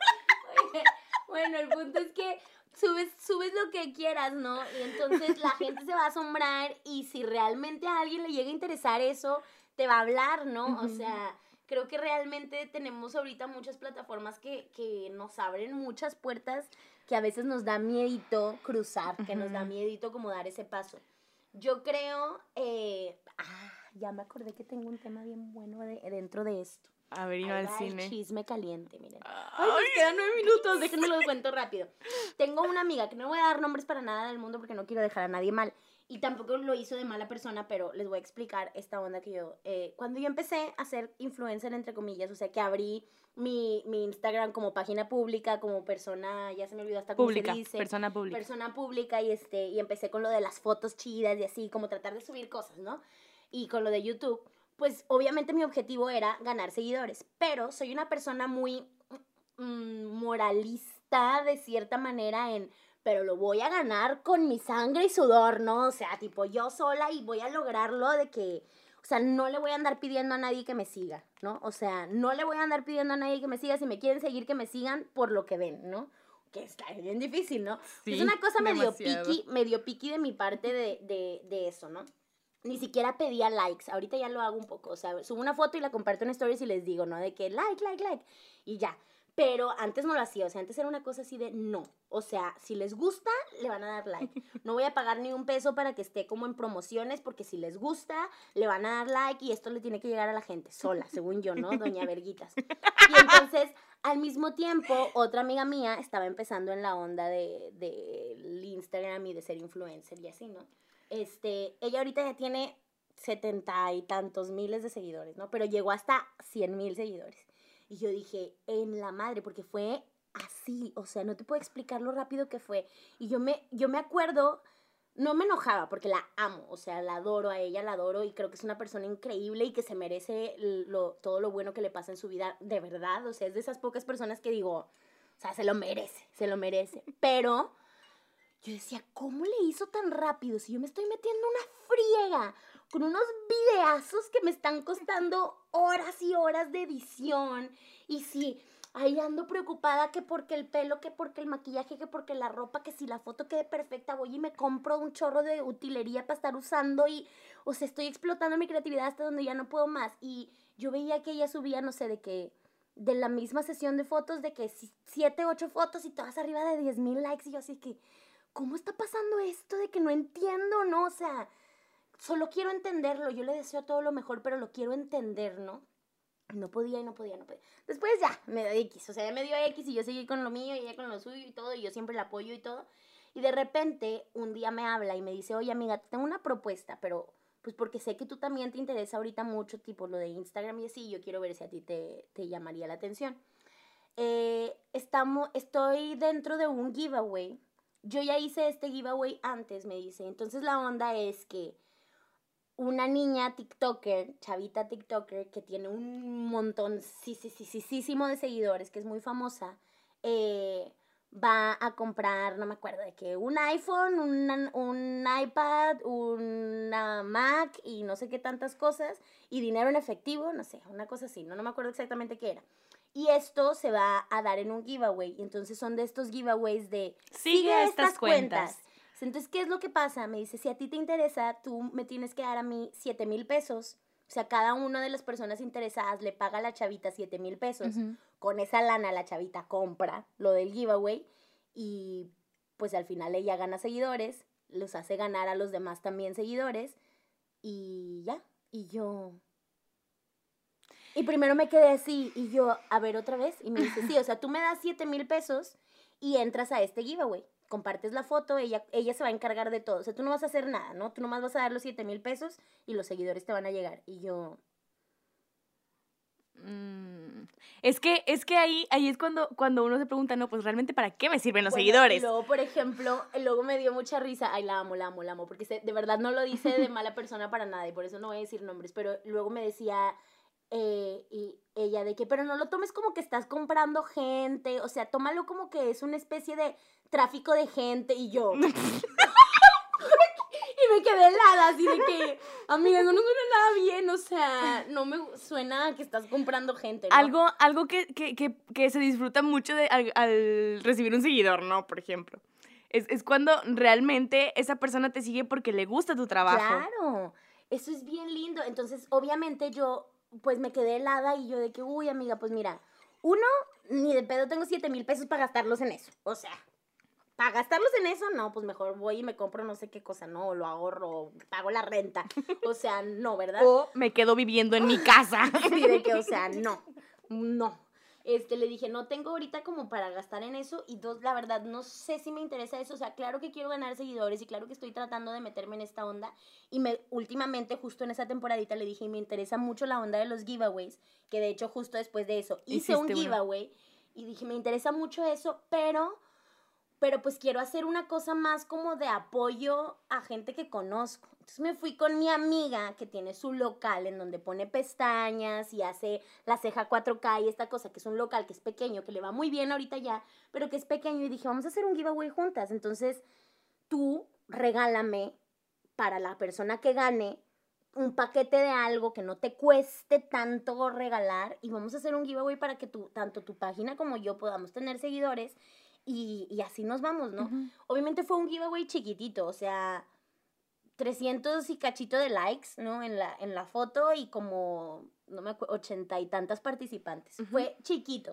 Bueno, el punto es que subes, subes lo que quieras, ¿no? Y entonces la gente se va a asombrar y si realmente a alguien le llega a interesar eso, te va a hablar, ¿no? O Ujú. sea, creo que realmente tenemos ahorita muchas plataformas que, que nos abren muchas puertas que a veces nos da miedito cruzar, que nos da Ujú. miedito como dar ese paso. Yo creo, eh, ah, ya me acordé que tengo un tema bien bueno de- dentro de esto. A ver, Ahí iba al va el cine. chisme caliente, miren. Ay, Ay, nos quedan nueve minutos, déjenme lo cuento rápido. Tengo una amiga, que no voy a dar nombres para nada del mundo porque no quiero dejar a nadie mal. Y tampoco lo hizo de mala persona, pero les voy a explicar esta onda que yo... Eh, cuando yo empecé a ser influencer, entre comillas, o sea, que abrí mi, mi Instagram como página pública, como persona, ya se me olvidó hasta cómo pública, se dice. persona pública. Persona pública y, este, y empecé con lo de las fotos chidas y así, como tratar de subir cosas, ¿no? Y con lo de YouTube, pues obviamente mi objetivo era ganar seguidores, pero soy una persona muy mm, moralista de cierta manera en, pero lo voy a ganar con mi sangre y sudor, ¿no? O sea, tipo yo sola y voy a lograrlo de que, o sea, no le voy a andar pidiendo a nadie que me siga, ¿no? O sea, no le voy a andar pidiendo a nadie que me siga, si me quieren seguir, que me sigan por lo que ven, ¿no? Que está bien difícil, ¿no? Sí, es una cosa medio demasiado. piqui, medio piqui de mi parte de, de, de eso, ¿no? Ni siquiera pedía likes, ahorita ya lo hago un poco, o sea, subo una foto y la comparto en stories y les digo, ¿no? De que like, like, like, y ya. Pero antes no lo hacía, o sea, antes era una cosa así de no. O sea, si les gusta, le van a dar like. No voy a pagar ni un peso para que esté como en promociones, porque si les gusta, le van a dar like y esto le tiene que llegar a la gente sola, según yo, ¿no? Doña Verguitas. Y entonces, al mismo tiempo, otra amiga mía estaba empezando en la onda de, de el Instagram y de ser influencer y así, ¿no? Este, ella ahorita ya tiene setenta y tantos miles de seguidores, ¿no? Pero llegó hasta cien mil seguidores. Y yo dije, en la madre, porque fue así, o sea, no te puedo explicar lo rápido que fue. Y yo me, yo me acuerdo, no me enojaba porque la amo, o sea, la adoro a ella, la adoro y creo que es una persona increíble y que se merece lo, todo lo bueno que le pasa en su vida, de verdad, o sea, es de esas pocas personas que digo, o sea, se lo merece, se lo merece, pero yo decía, ¿cómo le hizo tan rápido? Si yo me estoy metiendo una friega con unos videazos que me están costando horas y horas de edición y si... Ahí ando preocupada que porque el pelo, que porque el maquillaje, que porque la ropa, que si la foto quede perfecta, voy y me compro un chorro de utilería para estar usando y, o sea, estoy explotando mi creatividad hasta donde ya no puedo más. Y yo veía que ella subía, no sé, de que, de la misma sesión de fotos, de que siete, ocho fotos y todas arriba de diez mil likes y yo así que, ¿cómo está pasando esto de que no entiendo, no? O sea, solo quiero entenderlo, yo le deseo todo lo mejor, pero lo quiero entender, ¿no? No podía y no podía, no podía. Después ya, me dio X, o sea, ya me dio X y yo seguí con lo mío y ella con lo suyo y todo, y yo siempre la apoyo y todo. Y de repente, un día me habla y me dice, oye, amiga, tengo una propuesta, pero pues porque sé que tú también te interesa ahorita mucho, tipo lo de Instagram y así, yo quiero ver si a ti te, te llamaría la atención. Eh, estamos, estoy dentro de un giveaway. Yo ya hice este giveaway antes, me dice. Entonces la onda es que una niña TikToker, chavita TikToker, que tiene un montón, sí, sí, sí, sí, sí, de seguidores, que es muy famosa, eh, va a comprar, no me acuerdo de qué, un iPhone, una, un iPad, una Mac y no sé qué tantas cosas, y dinero en efectivo, no sé, una cosa así, no, no me acuerdo exactamente qué era. Y esto se va a dar en un giveaway, y entonces son de estos giveaways de sigue, sigue estas, estas cuentas. cuentas. Entonces, ¿qué es lo que pasa? Me dice, si a ti te interesa, tú me tienes que dar a mí siete mil pesos. O sea, cada una de las personas interesadas le paga a la chavita siete mil pesos. Uh-huh. Con esa lana la chavita compra lo del giveaway y pues al final ella gana seguidores, los hace ganar a los demás también seguidores y ya. Y yo... Y primero me quedé así y yo, a ver otra vez. Y me dice, sí, o sea, tú me das siete mil pesos y entras a este giveaway. Compartes la foto, ella, ella se va a encargar de todo. O sea, tú no vas a hacer nada, ¿no? Tú nomás vas a dar los siete mil pesos y los seguidores te van a llegar. Y yo... Mm, es que, es que ahí, ahí es cuando, cuando uno se pregunta, no, pues realmente ¿para qué me sirven los bueno, seguidores? Y luego, por ejemplo, luego me dio mucha risa. Ay, la amo, la amo, la amo. Porque se, de verdad no lo dice de mala persona para nada y por eso no voy a decir nombres. Pero luego me decía... Eh, y ella de que, pero no lo tomes como que estás comprando gente, o sea, tómalo como que es una especie de tráfico de gente, y yo... y me quedé helada, así de que, amiga, no, no suena nada bien, o sea, no me suena a que estás comprando gente, ¿no? Algo, algo que, que, que, que se disfruta mucho de, al, al recibir un seguidor, ¿no? Por ejemplo. Es, es cuando realmente esa persona te sigue porque le gusta tu trabajo. Claro, eso es bien lindo, entonces, obviamente yo... pues me quedé helada y yo de que, uy, amiga, pues mira, uno, ni de pedo tengo siete mil pesos para gastarlos en eso, o sea, para gastarlos en eso, no, pues mejor voy y me compro no sé qué cosa, no, o lo ahorro, pago la renta, o sea, no, ¿verdad? O me quedo viviendo en mi casa. Sí, de que, o sea, no, no. Este, le dije, no tengo ahorita como para gastar en eso, y dos, la verdad, no sé si me interesa eso, o sea, claro que quiero ganar seguidores, y claro que estoy tratando de meterme en esta onda, y me, últimamente, justo en esa temporadita, le dije, y me interesa mucho la onda de los giveaways, que de hecho, justo después de eso, hice un giveaway, uno. Y dije, me interesa mucho eso, pero... pero pues quiero hacer una cosa más como de apoyo a gente que conozco. Entonces me fui con mi amiga que tiene su local en donde pone pestañas y hace la ceja cuatro K y esta cosa, que es un local que es pequeño, que le va muy bien ahorita ya, pero que es pequeño. Y dije, vamos a hacer un giveaway juntas. Entonces tú regálame para la persona que gane un paquete de algo que no te cueste tanto regalar y vamos a hacer un giveaway para que tú, tanto tu página como yo podamos tener seguidores. Y, y así nos vamos, ¿no? Uh-huh. Obviamente fue un giveaway chiquitito, o sea, trescientos y cachito de likes, ¿no? En la, en la foto y como, no me acuerdo, ochenta y tantas participantes. Uh-huh. Fue chiquito.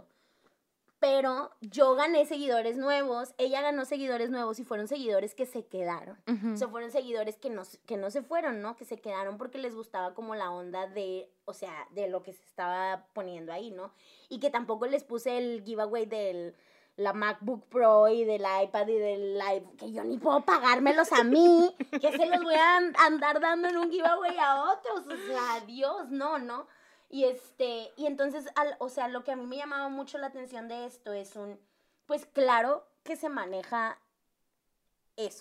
Pero yo gané seguidores nuevos, ella ganó seguidores nuevos y fueron seguidores que se quedaron. Uh-huh. O sea, fueron seguidores que no, que no se fueron, ¿no? Que se quedaron porque les gustaba como la onda de, o sea, de lo que se estaba poniendo ahí, ¿no? Y que tampoco les puse el giveaway del... la MacBook Pro y del iPad y del iPhone, que yo ni puedo pagármelos a mí, que se los voy a andar dando en un giveaway a otros, o sea, Dios, no, ¿no? Y este, y entonces, al, o sea, lo que a mí me llamaba mucho la atención de esto es un, pues claro que se maneja eso, el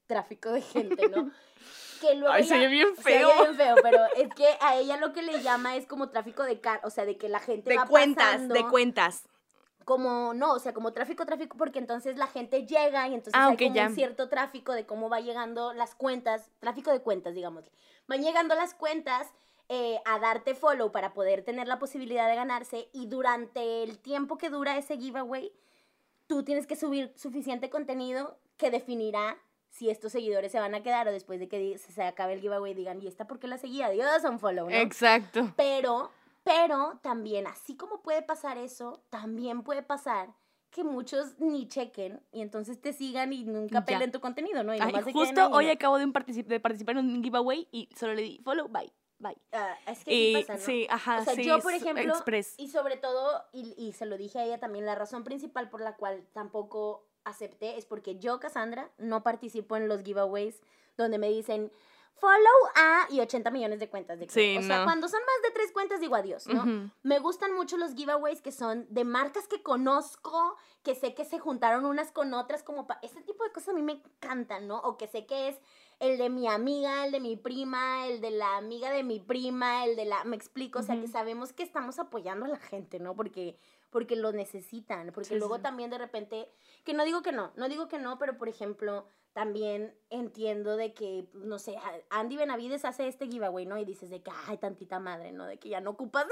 tráfico de gente, ¿no? Que luego Ay, se ella- ve bien se feo. oye bien feo, pero es que a ella lo que le llama es como tráfico de car, o sea, de que la gente De va cuentas, pasando de cuentas. como, no, o sea, como tráfico, tráfico, porque entonces la gente llega y entonces Ah, hay ok, como ya. un cierto tráfico de cómo va llegando las cuentas, tráfico de cuentas, digamos. Van llegando las cuentas eh, a darte follow para poder tener la posibilidad de ganarse y durante el tiempo que dura ese giveaway, tú tienes que subir suficiente contenido que definirá si estos seguidores se van a quedar o después de que di- se acabe el giveaway digan, ¿y esta por qué la seguía? Adiós, un follow, ¿no? Exacto. Pero, pero también, así como puede pasar eso, también puede pasar que muchos ni chequen y entonces te sigan y nunca Ya. pelen tu contenido, ¿no? Y Ay, nomás se queden justo ahí, hoy ¿no? acabo de, particip- de participar en un giveaway y solo le di follow, bye, bye. Ah, es que Y sí pasa, ¿no? sí, ajá, O sea, sí, yo, por es ejemplo, express. y sobre todo, y, y se lo dije a ella también, la razón principal por la cual tampoco acepté es porque yo, Cassandra, no participo en los giveaways donde me dicen follow a y ochenta millones de cuentas de Sí, O sea, no. cuando son más de tres cuentas digo adiós, ¿no? Ujú. Me gustan mucho los giveaways que son de marcas que conozco, que sé que se juntaron unas con otras, como pa ese tipo de cosas a mí me encantan, ¿no? O que sé que es el de mi amiga, el de mi prima, el de la amiga de mi prima, el de la... Me explico, o sea, que Ujú. sabemos que estamos apoyando a la gente, ¿no? Porque, porque lo necesitan, porque Sí, sí, luego sí. también de repente... Que no digo que no, no digo que no, pero por ejemplo, también entiendo de que, no sé, a- Andy Benavides hace este giveaway, ¿no? Y dices de que, ay, tantita madre, ¿no? De que ya no ocupas...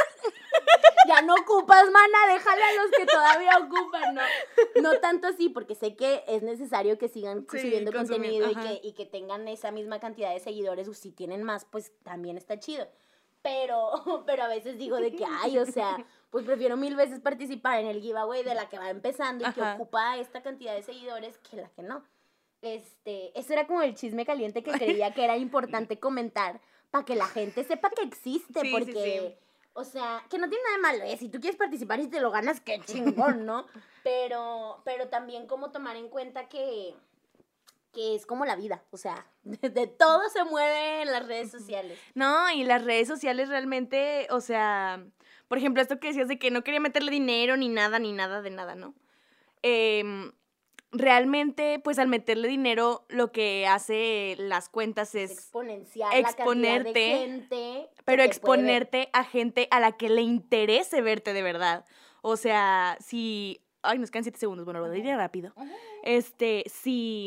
ya no ocupas, mana, déjale a los que todavía ocupan, ¿no? No tanto así, porque sé que es necesario que sigan Sí, subiendo consumiendo, contenido y ajá. que, y que tengan esa misma cantidad de seguidores, o si tienen más, pues también está chido. Pero, pero a veces digo de que, ay, o sea, pues prefiero mil veces participar en el giveaway de la que va empezando y que Ajá. ocupa esta cantidad de seguidores que la que no. Este, eso era como el chisme caliente que creía que era importante comentar para que la gente sepa que existe, Sí, sí, porque, sí. o sea, que no tiene nada de malo, ¿eh? Si tú quieres participar y te lo ganas, qué chingón, ¿no? Pero, pero también como tomar en cuenta que, que es como la vida, o sea, de, de todo se mueve en las redes sociales. No, y las redes sociales realmente, o sea, por ejemplo, esto que decías de que no quería meterle dinero ni nada, ni nada de nada, ¿no? Em, realmente, pues al meterle dinero, lo que hace las cuentas Es es, exponencial la cantidad de exponerte, gente que pero te puede ver. exponerte a gente a la que le interese verte de verdad. O sea, si... Ay, nos quedan siete segundos, bueno, lo diré rápido. Ajá. Este, si...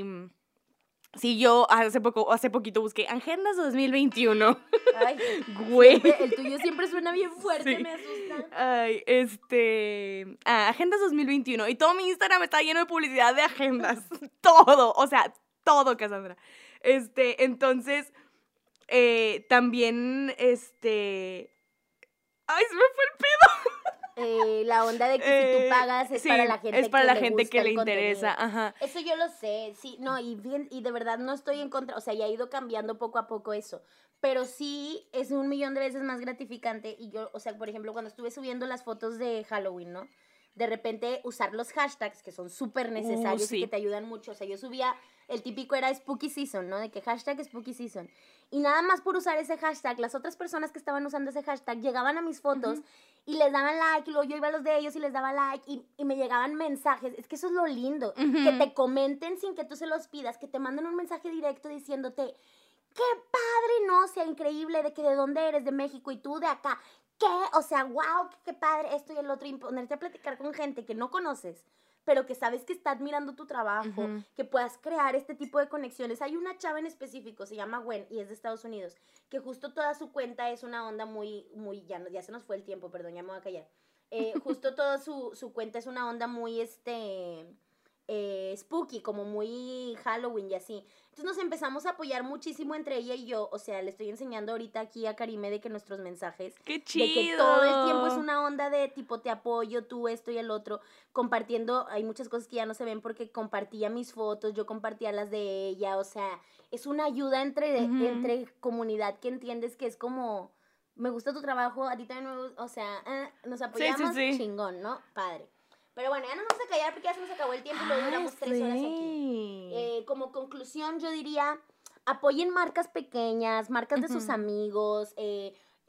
Si yo hace poco, hace poquito busqué Agendas dos mil veintiuno. Ay, Güey. siempre- el tuyo siempre suena bien fuerte, Sí. me asusta. Ay, este... ah, Agendas dos mil veintiuno. Y todo mi Instagram está lleno de publicidad de agendas. Todo, o sea, todo, Cassandra. Este, entonces, eh, también, este... Ay, se me fue el pedo. Eh, la onda de que si Eh, tú pagas es sí, para la gente es para que la le gente gusta que el le contenido. interesa, ajá. Eso yo lo sé, sí, no, y, bien, y de verdad no estoy en contra, o sea, ya ha ido cambiando poco a poco eso, pero sí es un millón de veces más gratificante y yo, o sea, por ejemplo, cuando estuve subiendo las fotos de Halloween, ¿no? De repente usar los hashtags que son súper necesarios Uh, sí. y que te ayudan mucho, o sea, yo subía, el típico era Spooky Season, ¿no? De que hashtag Spooky Season. Y nada más por usar ese hashtag, las otras personas que estaban usando ese hashtag llegaban a mis fotos Ujú. y les daban like, y luego yo iba a los de ellos y les daba like, y, y me llegaban mensajes. Es que eso es lo lindo, Ujú. que te comenten sin que tú se los pidas, que te manden un mensaje directo diciéndote, qué padre, no, o sea, increíble, de que de dónde eres, de México, y tú de acá. ¿Qué? O sea, wow, qué, qué padre, esto y el otro, y ponerte a platicar con gente que no conoces, pero que sabes que está admirando tu trabajo, Ujú. que puedas crear este tipo de conexiones. Hay una chava en específico, se llama Gwen, y es de Estados Unidos, que justo toda su cuenta es una onda muy, muy, ya, no, ya se nos fue el tiempo, perdón, ya me voy a callar. Eh, justo toda su, su cuenta es una onda muy, este, eh, spooky, como muy Halloween y así. Entonces nos empezamos a apoyar muchísimo entre ella y yo, o sea, le estoy enseñando ahorita aquí a Karime de que nuestros mensajes, ¡Qué chido! de que todo el tiempo es una onda de tipo te apoyo, tú esto y el otro, compartiendo, hay muchas cosas que ya no se ven porque compartía mis fotos, yo compartía las de ella, o sea, es una ayuda entre, Ujú. entre comunidad que entiendes que es como, me gusta tu trabajo, a ti también me gusta, o sea, eh, nos apoyamos, sí. chingón, ¿no? Padre. Pero bueno, ya nos vamos a callar porque ya se nos acabó el tiempo y luego Ah, duramos tres horas aquí. sí. Eh, como conclusión, yo diría, apoyen marcas pequeñas, marcas de sus Ujú. amigos, eh,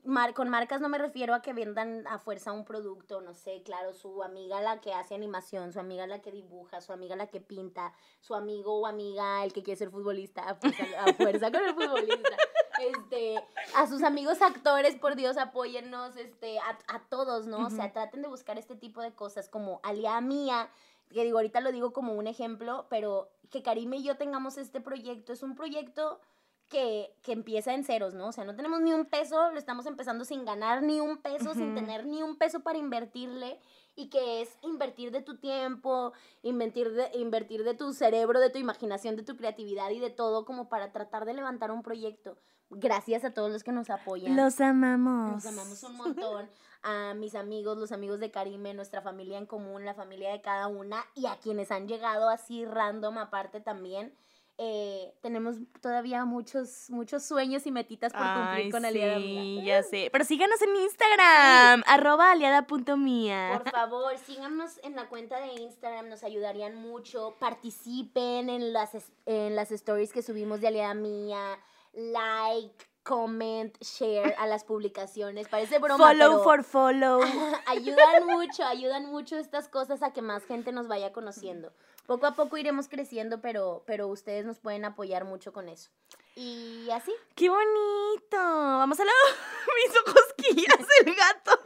mar, con marcas no me refiero a que vendan a fuerza un producto, no sé, claro, su amiga la que hace animación, su amiga la que dibuja, su amiga la que pinta, su amigo o amiga el que quiere ser futbolista, a fuerza, a fuerza con el futbolista. Este, a sus amigos actores, por Dios, apóyennos, este, a, a todos, ¿no? Uh-huh. O sea, traten de buscar este tipo de cosas como Aliada Mía, que digo, ahorita lo digo como un ejemplo, pero que Karime y yo tengamos este proyecto, es un proyecto que, que empieza en ceros, ¿no? O sea, no tenemos ni un peso, lo estamos empezando sin ganar ni un peso, uh-huh. sin tener ni un peso para invertirle, y que es invertir de tu tiempo, invertir de, invertir de tu cerebro, de tu imaginación, de tu creatividad y de todo como para tratar de levantar un proyecto. Gracias a todos los que nos apoyan. Los amamos. Los amamos un montón. A mis amigos, los amigos de Karime, nuestra familia en común, la familia de cada una, y a quienes han llegado así random aparte también. Eh, tenemos todavía muchos, muchos sueños y metitas por cumplir Ay, con sí, Aliada Mía. Sí, ya sé. Pero síganos en Instagram, sí. arroba aliada punto mía. Por favor, síganos en la cuenta de Instagram, nos ayudarían mucho. Participen en las, en las stories que subimos de Aliada Mía. Like, comment, share a las publicaciones. Parece broma, follow pero for follow. ayudan mucho, ayudan mucho estas cosas a que más gente nos vaya conociendo. Poco a poco iremos creciendo, pero, pero ustedes nos pueden apoyar mucho con eso. Y así. ¡Qué bonito! Vamos a la... Me hizo cosquillas el gato.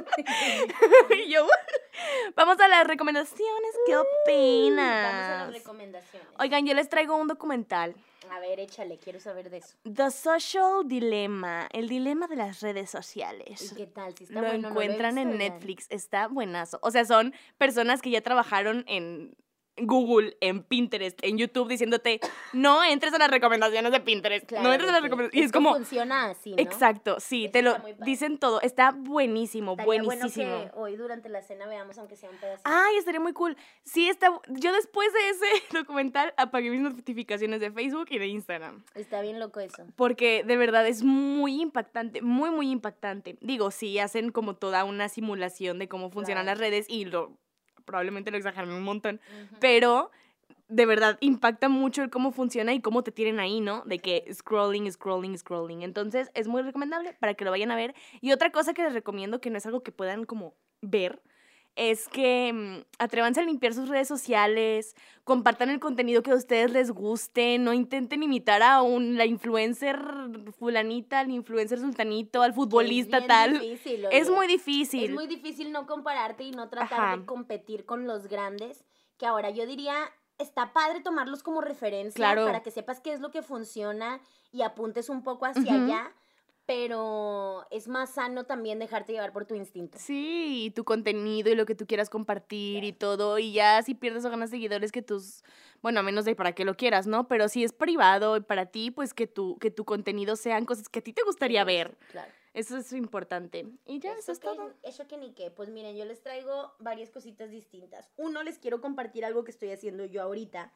Y yo... Vamos a las recomendaciones. ¿Qué opinas? Vamos a las recomendaciones. Oigan, yo les traigo un documental. A ver, échale, quiero saber de eso. The Social Dilemma, el dilema de las redes sociales. ¿Y qué tal? Si está lo bueno, encuentran no lo he en visto, Netflix, está buenazo. O sea, son personas que ya trabajaron en Google, en Pinterest, en YouTube, diciéndote, no entres a las recomendaciones de Pinterest, claro, no entres a las sí. recomendaciones. Y es como... funciona así, ¿no? Exacto, sí, Eso te lo dicen todo. Está buenísimo, estaría buenísimo. Bueno que hoy durante la cena veamos aunque sea un pedacito. Ay, estaría muy cool. Sí, está... Yo después de ese documental apagué mis notificaciones de Facebook y de Instagram. Está bien loco eso. Porque de verdad es muy impactante, muy, muy impactante. Digo, sí, hacen como toda una simulación de cómo funcionan claro. las redes y lo probablemente lo exageran un montón, uh-huh. pero... de verdad, impacta mucho el cómo funciona y cómo te tienen ahí, ¿no? De que scrolling, scrolling, scrolling. Entonces, es muy recomendable para que lo vayan a ver. Y otra cosa que les recomiendo, que no es algo que puedan como ver, es que um, atrévanse a limpiar sus redes sociales, compartan el contenido que a ustedes les guste, no intenten imitar a un, la influencer fulanita, al influencer sultanito, al futbolista es bien tal. Difícil, es muy difícil. Es muy difícil no compararte y no tratar Ajá. de competir con los grandes, que ahora yo diría... Está padre tomarlos como referencia claro. para que sepas qué es lo que funciona y apuntes un poco hacia uh-huh. allá, pero es más sano también dejarte llevar por tu instinto. Sí, y tu contenido y lo que tú quieras compartir claro. y todo, y ya si pierdes o ganas seguidores que tus, bueno, a menos de para que lo quieras, ¿no? Pero si es privado y para ti, pues que tu, que tu contenido sean cosas que a ti te gustaría sí, ver. Claro. Eso es importante. Y ya, eso, eso es que, todo. Eso que ni qué. Pues miren, yo les traigo varias cositas distintas. Uno, les quiero compartir algo que estoy haciendo yo ahorita.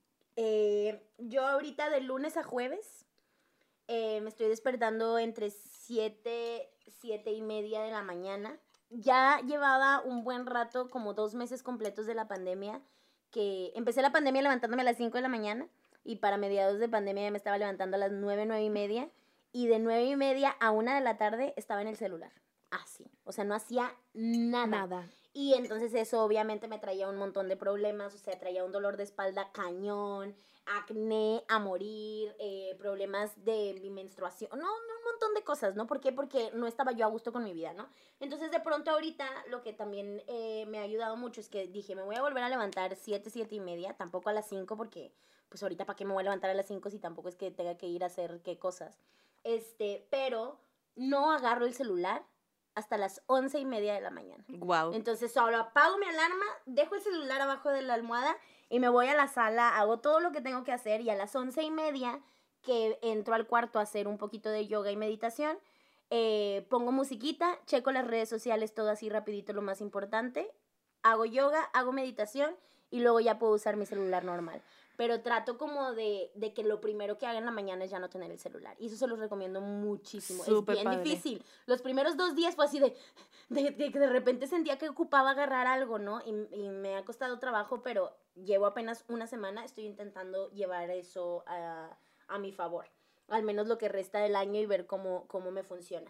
Eh, yo ahorita de lunes a jueves eh, me estoy despertando entre siete, siete y media de la mañana. Ya llevaba un buen rato, como dos meses completos de la pandemia, que empecé la pandemia levantándome a las cinco de la mañana y para mediados de pandemia ya me estaba levantando a las nueve, nueve y media. Y de nueve y media a una de la tarde estaba en el celular. Así. O sea, no hacía nada. Nada. Y entonces eso obviamente me traía un montón de problemas. O sea, traía un dolor de espalda cañón, acné a morir, eh, problemas de mi menstruación. No, no, un montón de cosas, ¿no? ¿Por qué? Porque no estaba yo a gusto con mi vida, ¿no? Entonces, de pronto ahorita lo que también eh, me ha ayudado mucho es que dije, me voy a volver a levantar siete, siete y media. Tampoco a las cinco porque, pues ahorita, ¿para qué me voy a levantar a las cinco si tampoco es que tenga que ir a hacer qué cosas? Este, pero no agarro el celular hasta las once y media de la mañana. Wow. Entonces solo apago mi alarma, dejo el celular abajo de la almohada y me voy a la sala, hago todo lo que tengo que hacer y a las once y media que entro al cuarto a hacer un poquito de yoga y meditación, eh, pongo musiquita, checo las redes sociales, todo así rapidito, lo más importante, hago yoga, hago meditación y luego ya puedo usar mi celular normal. Pero trato como de, de que lo primero que haga en la mañana es ya no tener el celular. Y eso se los recomiendo muchísimo. Súper es bien padre. Difícil. Los primeros dos días fue así de, de, de que de repente sentía que ocupaba agarrar algo, ¿no? Y, y me ha costado trabajo, pero llevo apenas una semana, estoy intentando llevar eso a, a mi favor. Al menos lo que resta del año y ver cómo, cómo me funciona.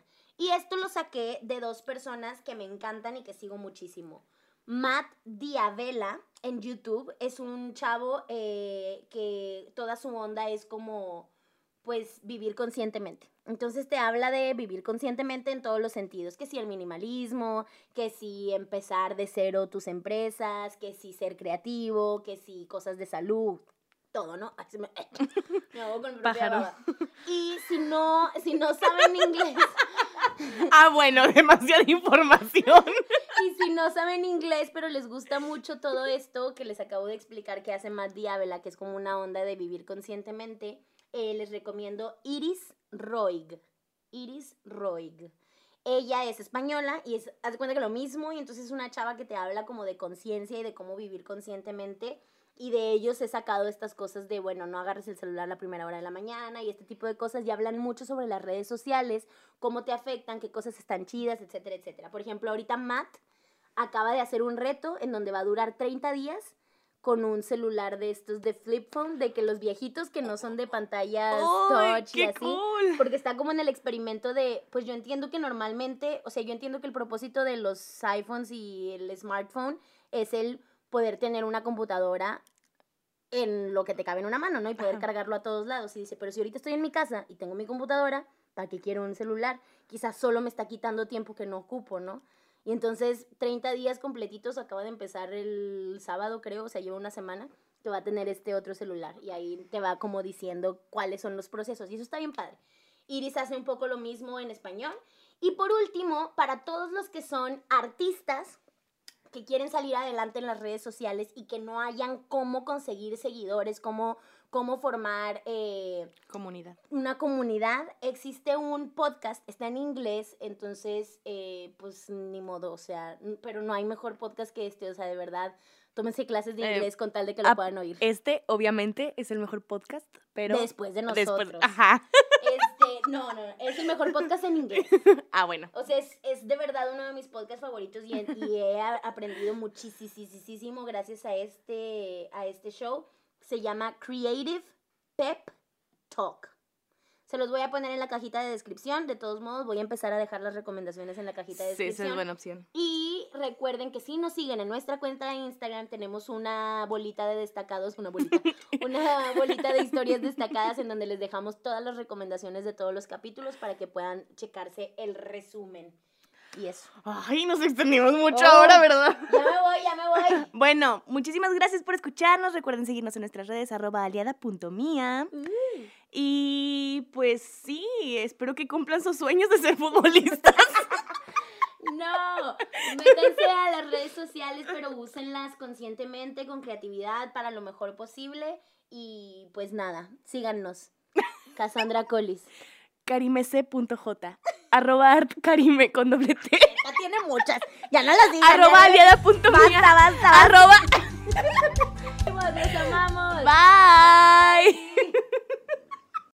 Y esto lo saqué de dos personas que me encantan y que sigo muchísimo. Matt Diavela en YouTube es un chavo eh, que toda su onda es como, pues, vivir conscientemente. Entonces te habla de vivir conscientemente en todos los sentidos, que si el minimalismo, que si empezar de cero tus empresas, que si ser creativo, que si cosas de salud, todo, ¿no? Así me, me hago con mi propia baba. Y si no, si no saben inglés... Ah, bueno, demasiada información. Y si no saben inglés, pero les gusta mucho todo esto que les acabo de explicar que hace Matt Diavela, que es como una onda de vivir conscientemente, eh, les recomiendo Iris Roig. Iris Roig. Ella es española y es, haz de cuenta que lo mismo, y entonces es una chava que te habla como de conciencia y de cómo vivir conscientemente. Y de ellos he sacado estas cosas de, bueno, no agarres el celular a la primera hora de la mañana y este tipo de cosas. Y hablan mucho sobre las redes sociales, cómo te afectan, qué cosas están chidas, etcétera, etcétera. Por ejemplo, ahorita Matt acaba de hacer un reto en donde va a durar treinta días con un celular de estos de flip phone, de que los viejitos que no son de pantallas touch y así. Cool. Porque está como en el experimento de, pues yo entiendo que normalmente, o sea, yo entiendo que el propósito de los iPhones y el smartphone es el poder tener una computadora en lo que te cabe en una mano, ¿no? Y poder Ajá. cargarlo a todos lados. Y dice, pero si ahorita estoy en mi casa y tengo mi computadora, ¿para qué quiero un celular? Quizás solo me está quitando tiempo que no ocupo, ¿no? Y entonces, treinta días completitos, acaba de empezar el sábado, creo, o sea, lleva una semana, que va a tener este otro celular. Y ahí te va como diciendo cuáles son los procesos. Y eso está bien padre. Iris hace un poco lo mismo en español. Y por último, para todos los que son artistas, que quieren salir adelante en las redes sociales y que no hayan cómo conseguir seguidores, cómo, cómo formar eh, comunidad. Una comunidad. Existe un podcast, está en inglés, entonces, eh, pues, ni modo, o sea, pero no hay mejor podcast que este, o sea, de verdad, tómense clases de inglés eh, con tal de que lo a, puedan oír. Este, obviamente, es el mejor podcast, pero... Después de nosotros. Después, ajá. Este, no, no, es el mejor podcast en inglés. Ah, bueno. O sea, es, es de verdad uno de mis podcasts favoritos y, y he aprendido muchísimo gracias a este, a este show. Se llama Creative Pep Talk. Se los voy a poner en la cajita de descripción. De todos modos, voy a empezar a dejar las recomendaciones en la cajita de descripción. Sí, esa es buena opción. Y recuerden que si nos siguen en nuestra cuenta de Instagram, tenemos una bolita de destacados, una bolita, una bolita de historias destacadas en donde les dejamos todas las recomendaciones de todos los capítulos para que puedan checarse el resumen. Y eso. Ay, nos extendimos mucho oh, ahora, ¿verdad? Ya me voy, ya me voy. Bueno, muchísimas gracias por escucharnos. Recuerden seguirnos en nuestras redes, arroba aliada punto mía. Mm. Y pues sí, espero que cumplan sus sueños de ser futbolistas. No, métanse a las redes sociales, pero úsenlas conscientemente, con creatividad, para lo mejor posible. Y pues nada, síganos. Cassandra Collis. Karimec.j. Arroba artkarime con doble T. Ya tiene muchas. Ya no las digas. Arroba aliada.mía. Basta, basta, basta. Arroba. Los amamos. Bye.